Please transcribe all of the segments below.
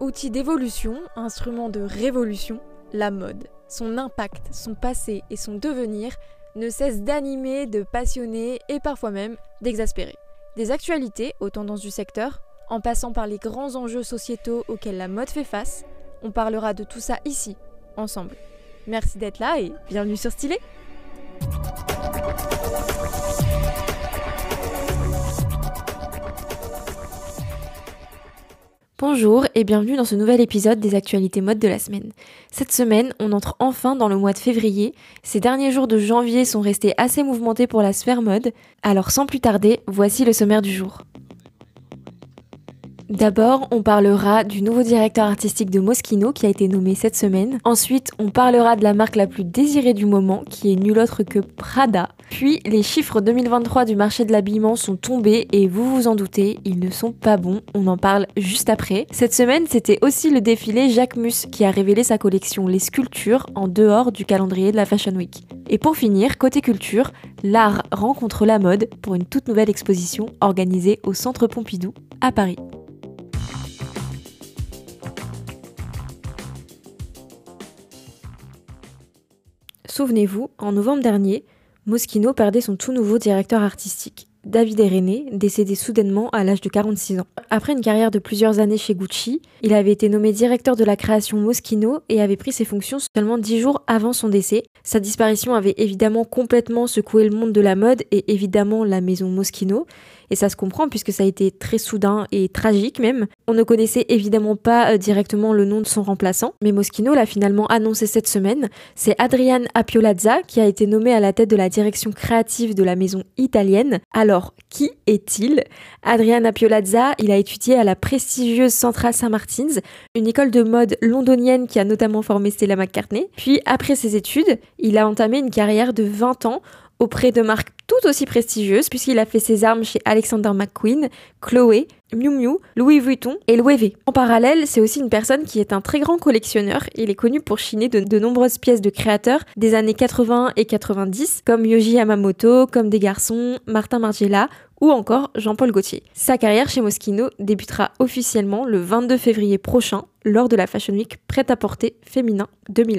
Outil d'évolution, instrument de révolution, la mode, son impact, son passé et son devenir ne cessent d'animer, de passionner et parfois même d'exaspérer. Des actualités aux tendances du secteur, en passant par les grands enjeux sociétaux auxquels la mode fait face, on parlera de tout ça ici, ensemble. Merci d'être là et bienvenue sur Stylé. Bonjour et bienvenue dans ce nouvel épisode des actualités mode de la semaine. Cette semaine, on entre enfin dans le mois de février. Ces derniers jours de janvier sont restés assez mouvementés pour la sphère mode. Alors sans plus tarder, voici le sommaire du jour. D'abord, on parlera du nouveau directeur artistique de Moschino qui a été nommé cette semaine. Ensuite, on parlera de la marque la plus désirée du moment qui est nulle autre que Prada. Puis, les chiffres 2023 du marché de l'habillement sont tombés et vous vous en doutez, ils ne sont pas bons. On en parle juste après. Cette semaine, c'était aussi le défilé Jacquemus qui a révélé sa collection Les Sculptures en dehors du calendrier de la Fashion Week. Et pour finir, côté culture, l'art rencontre la mode pour une toute nouvelle exposition organisée au Centre Pompidou à Paris. Souvenez-vous, en novembre dernier, Moschino perdait son tout nouveau directeur artistique, David René, décédé soudainement à l'âge de 46 ans. Après une carrière de plusieurs années chez Gucci, il avait été nommé directeur de la création Moschino et avait pris ses fonctions seulement 10 jours avant son décès. Sa disparition avait évidemment complètement secoué le monde de la mode et évidemment la maison Moschino. Et ça se comprend puisque ça a été très soudain et tragique même. On ne connaissait évidemment pas directement le nom de son remplaçant, mais Moschino l'a finalement annoncé cette semaine. C'est Adrian Appiolazza qui a été nommé à la tête de la direction créative de la maison italienne. Alors, qui est-il ? Adrian Appiolazza, il a étudié à la prestigieuse Central Saint Martins, une école de mode londonienne qui a notamment formé Stella McCartney. Puis, après ses études, il a entamé une carrière de 20 ans auprès de marques tout aussi prestigieuses puisqu'il a fait ses armes chez Alexander McQueen, Chloé, Miu Miu, Louis Vuitton et Loewe. En parallèle, c'est aussi une personne qui est un très grand collectionneur. Il est connu pour chiner de nombreuses pièces de créateurs des années 80 et 90 comme Yohji Yamamoto, comme des garçons, Martin Margiela ou encore Jean-Paul Gaultier. Sa carrière chez Moschino débutera officiellement le 22 février prochain lors de la Fashion Week prêt-à-porter féminin de Milan.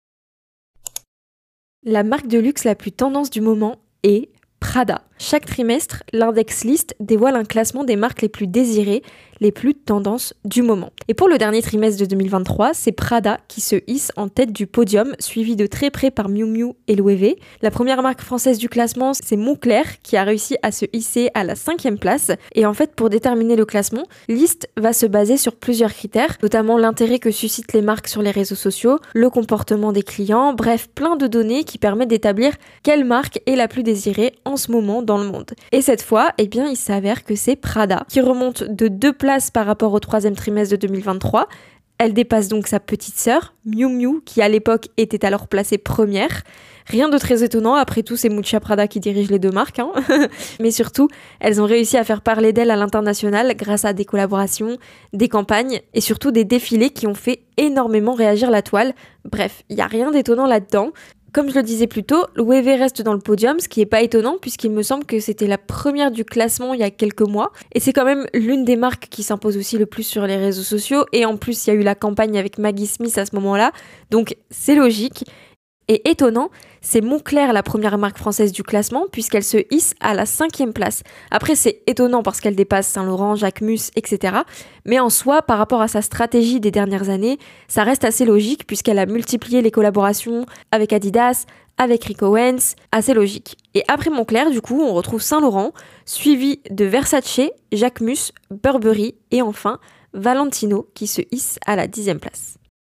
La marque de luxe la plus tendance du moment est Prada. Chaque trimestre, l'Index List dévoile un classement des marques les plus désirées, les plus tendances du moment. Et pour le dernier trimestre de 2023, c'est Prada qui se hisse en tête du podium, suivi de très près par Miu Miu et Loewe. La première marque française du classement, c'est Moncler qui a réussi à se hisser à la 5e place. Et en fait, pour déterminer le classement, List va se baser sur plusieurs critères, notamment l'intérêt que suscitent les marques sur les réseaux sociaux, le comportement des clients, bref, plein de données qui permettent d'établir quelle marque est la plus désirée en ce moment dans le monde. Et cette fois, eh bien, il s'avère que c'est Prada qui remonte de 2 places par rapport au 3e trimestre de 2023. Elle dépasse donc sa petite sœur, Miu Miu, qui à l'époque était alors placée première. Rien de très étonnant, après tout c'est Miuccia Prada qui dirige les deux marques. Mais surtout, elles ont réussi à faire parler d'elles à l'international grâce à des collaborations, des campagnes et surtout des défilés qui ont fait énormément réagir la toile. Bref, il n'y a rien d'étonnant là-dedans. Comme je le disais plus tôt, Loewe reste dans le podium, ce qui n'est pas étonnant puisqu'il me semble que c'était la première du classement il y a quelques mois. Et c'est quand même l'une des marques qui s'impose aussi le plus sur les réseaux sociaux. Et en plus, il y a eu la campagne avec Maggie Smith à ce moment-là. Donc c'est logique. Et étonnant, c'est Moncler la première marque française du classement puisqu'elle se hisse à la 5e place. Après c'est étonnant parce qu'elle dépasse Saint Laurent, Jacquemus, etc. Mais en soi, par rapport à sa stratégie des dernières années, ça reste assez logique puisqu'elle a multiplié les collaborations avec Adidas, avec Rick Owens, assez logique. Et après Moncler, du coup, on retrouve Saint Laurent, suivi de Versace, Jacquemus, Burberry et enfin Valentino qui se hisse à la 10e place.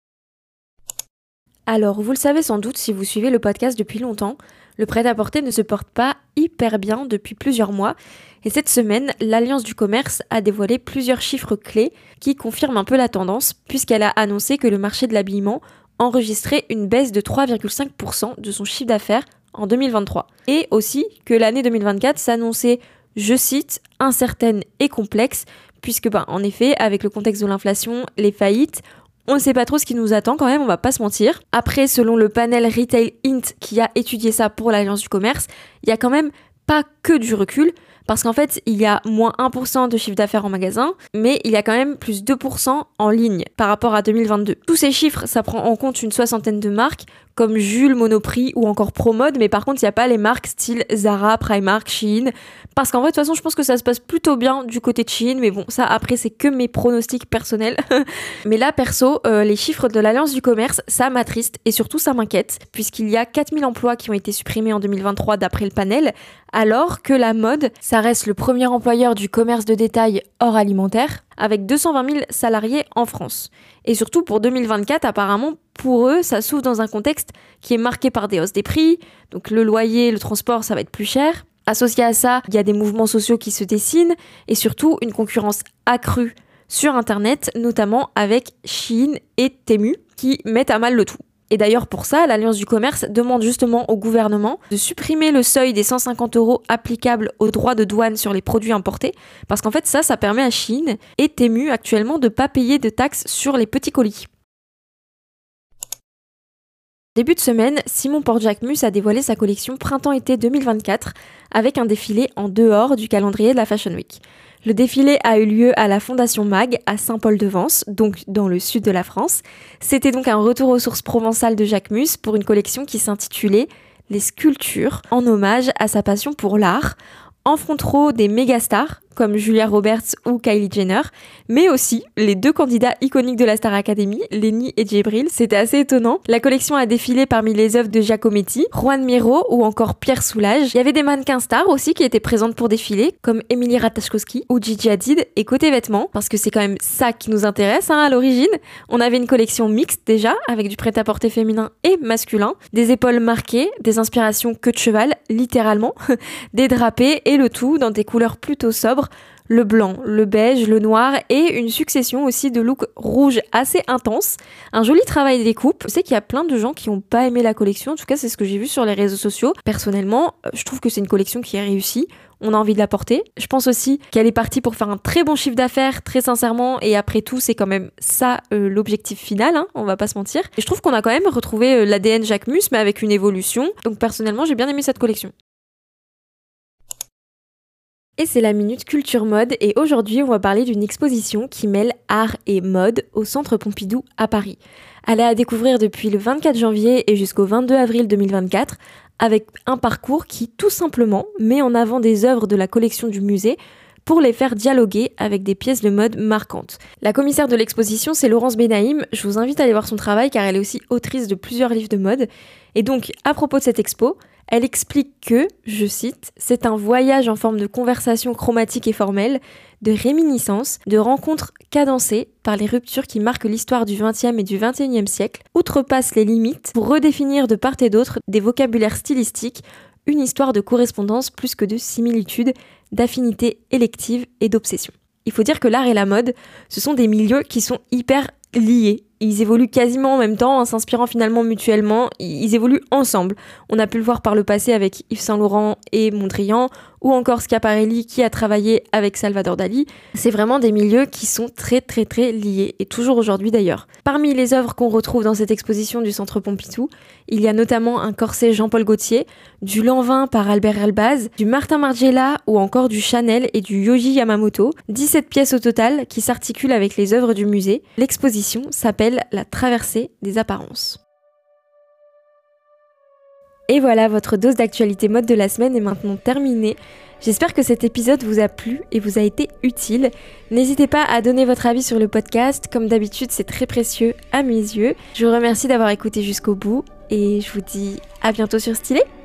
Alors, vous le savez sans doute si vous suivez le podcast depuis longtemps, le prêt-à-porter ne se porte pas hyper bien depuis plusieurs mois. Et cette semaine, l'Alliance du commerce a dévoilé plusieurs chiffres clés qui confirment un peu la tendance, puisqu'elle a annoncé que le marché de l'habillement enregistrait une baisse de 3,5% de son chiffre d'affaires en 2023. Et aussi que l'année 2024 s'annonçait, je cite, incertaine et complexe, puisque, en effet, avec le contexte de l'inflation, les faillites, on ne sait pas trop ce qui nous attend quand même, on va pas se mentir. Après, selon le panel Retail Int qui a étudié ça pour l'Alliance du commerce, il y a quand même pas que du recul, Parce qu'en fait, il y a moins 1% de chiffre d'affaires en magasin, mais il y a quand même plus 2% en ligne par rapport à 2022. Tous ces chiffres, ça prend en compte une 60aine de marques, comme Jules, Monoprix ou encore Promode, mais par contre, il n'y a pas les marques style Zara, Primark, Shein, parce qu'en vrai, de toute façon, je pense que ça se passe plutôt bien du côté de Shein, mais bon, ça, après, c'est que mes pronostics personnels. Mais là, perso, les chiffres de l'Alliance du commerce, ça m'attriste, et surtout, ça m'inquiète, puisqu'il y a 4000 emplois qui ont été supprimés en 2023 d'après le panel, alors que la mode, ça reste le premier employeur du commerce de détail hors alimentaire, avec 220 000 salariés en France. Et surtout pour 2024, apparemment, pour eux, ça s'ouvre dans un contexte qui est marqué par des hausses des prix, donc le loyer, le transport, ça va être plus cher. Associé à ça, il y a des mouvements sociaux qui se dessinent, et surtout une concurrence accrue sur Internet, notamment avec Shein et Temu, qui mettent à mal le tout. Et d'ailleurs pour ça, l'Alliance du commerce demande justement au gouvernement de supprimer le seuil des 150 € applicables aux droits de douane sur les produits importés, parce qu'en fait ça permet à Shein et Temu actuellement de ne pas payer de taxes sur les petits colis. Début de semaine, Simon Porte-Jacquemus a dévoilé sa collection Printemps-été 2024 avec un défilé en dehors du calendrier de la Fashion Week. Le défilé a eu lieu à la Fondation Mag à Saint-Paul-de-Vence, donc dans le sud de la France. C'était donc un retour aux sources provençales de Jacquemus pour une collection qui s'intitulait « Les sculptures » en hommage à sa passion pour l'art, en front row des mégastars comme Julia Roberts ou Kylie Jenner, mais aussi les deux candidats iconiques de la Star Academy, Lenny et Djibril. C'était assez étonnant. La collection a défilé parmi les œuvres de Giacometti, Juan Miro ou encore Pierre Soulages. Il y avait des mannequins stars aussi qui étaient présentes pour défiler, comme Emily Ratajkowski ou Gigi Hadid. Et côté vêtements, parce que c'est quand même ça qui nous intéresse à l'origine, on avait une collection mixte déjà, avec du prêt-à-porter féminin et masculin, des épaules marquées, des inspirations queue de cheval, littéralement, des drapés et le tout dans des couleurs plutôt sobres, le blanc, le beige, le noir et une succession aussi de looks rouges assez intenses. Un joli travail de découpe. Je sais qu'il y a plein de gens qui n'ont pas aimé la collection, en tout cas c'est ce que j'ai vu sur les réseaux sociaux. Personnellement, je trouve que c'est une collection qui est réussie. On a envie de la porter. Je pense aussi qu'elle est partie pour faire un très bon chiffre d'affaires, très sincèrement, et après tout, c'est quand même ça l'objectif final, hein, on va pas se mentir. Et je trouve qu'on a quand même retrouvé l'ADN Jacquemus, mais avec une évolution. Donc personnellement, j'ai bien aimé cette collection. Et c'est la Minute Culture Mode, et aujourd'hui on va parler d'une exposition qui mêle art et mode au Centre Pompidou à Paris. Elle est à découvrir depuis le 24 janvier et jusqu'au 22 avril 2024, avec un parcours qui tout simplement met en avant des œuvres de la collection du musée pour les faire dialoguer avec des pièces de mode marquantes. La commissaire de l'exposition, c'est Laurence Benaïm. Je vous invite à aller voir son travail car elle est aussi autrice de plusieurs livres de mode. Et donc, à propos de cette expo, elle explique que, je cite, « c'est un voyage en forme de conversation chromatique et formelle, de réminiscence, de rencontres cadencées par les ruptures qui marquent l'histoire du XXe et du XXIe siècle, outrepassent les limites pour redéfinir de part et d'autre des vocabulaires stylistiques, une histoire de correspondance plus que de similitude, d'affinité élective et d'obsession. » Il faut dire que l'art et la mode, ce sont des milieux qui sont hyper liés. Ils évoluent quasiment en même temps, en s'inspirant finalement mutuellement. Ils évoluent ensemble. On a pu le voir par le passé avec Yves Saint Laurent et Mondrian, ou encore Schiaparelli qui a travaillé avec Salvador Dali. C'est vraiment des milieux qui sont très très très liés, et toujours aujourd'hui d'ailleurs. Parmi les œuvres qu'on retrouve dans cette exposition du Centre Pompidou, il y a notamment un corset Jean-Paul Gaultier, du Lanvin par Albert Elbaz, du Martin Margiela ou encore du Chanel et du Yohji Yamamoto. 17 pièces au total qui s'articulent avec les œuvres du musée. L'exposition s'appelle La traversée des apparences. Et voilà, votre dose d'actualité mode de la semaine est maintenant terminée. J'espère que cet épisode vous a plu et vous a été utile. N'hésitez pas à donner votre avis sur le podcast. Comme d'habitude, c'est très précieux à mes yeux. Je vous remercie d'avoir écouté jusqu'au bout et je vous dis à bientôt sur Stylé.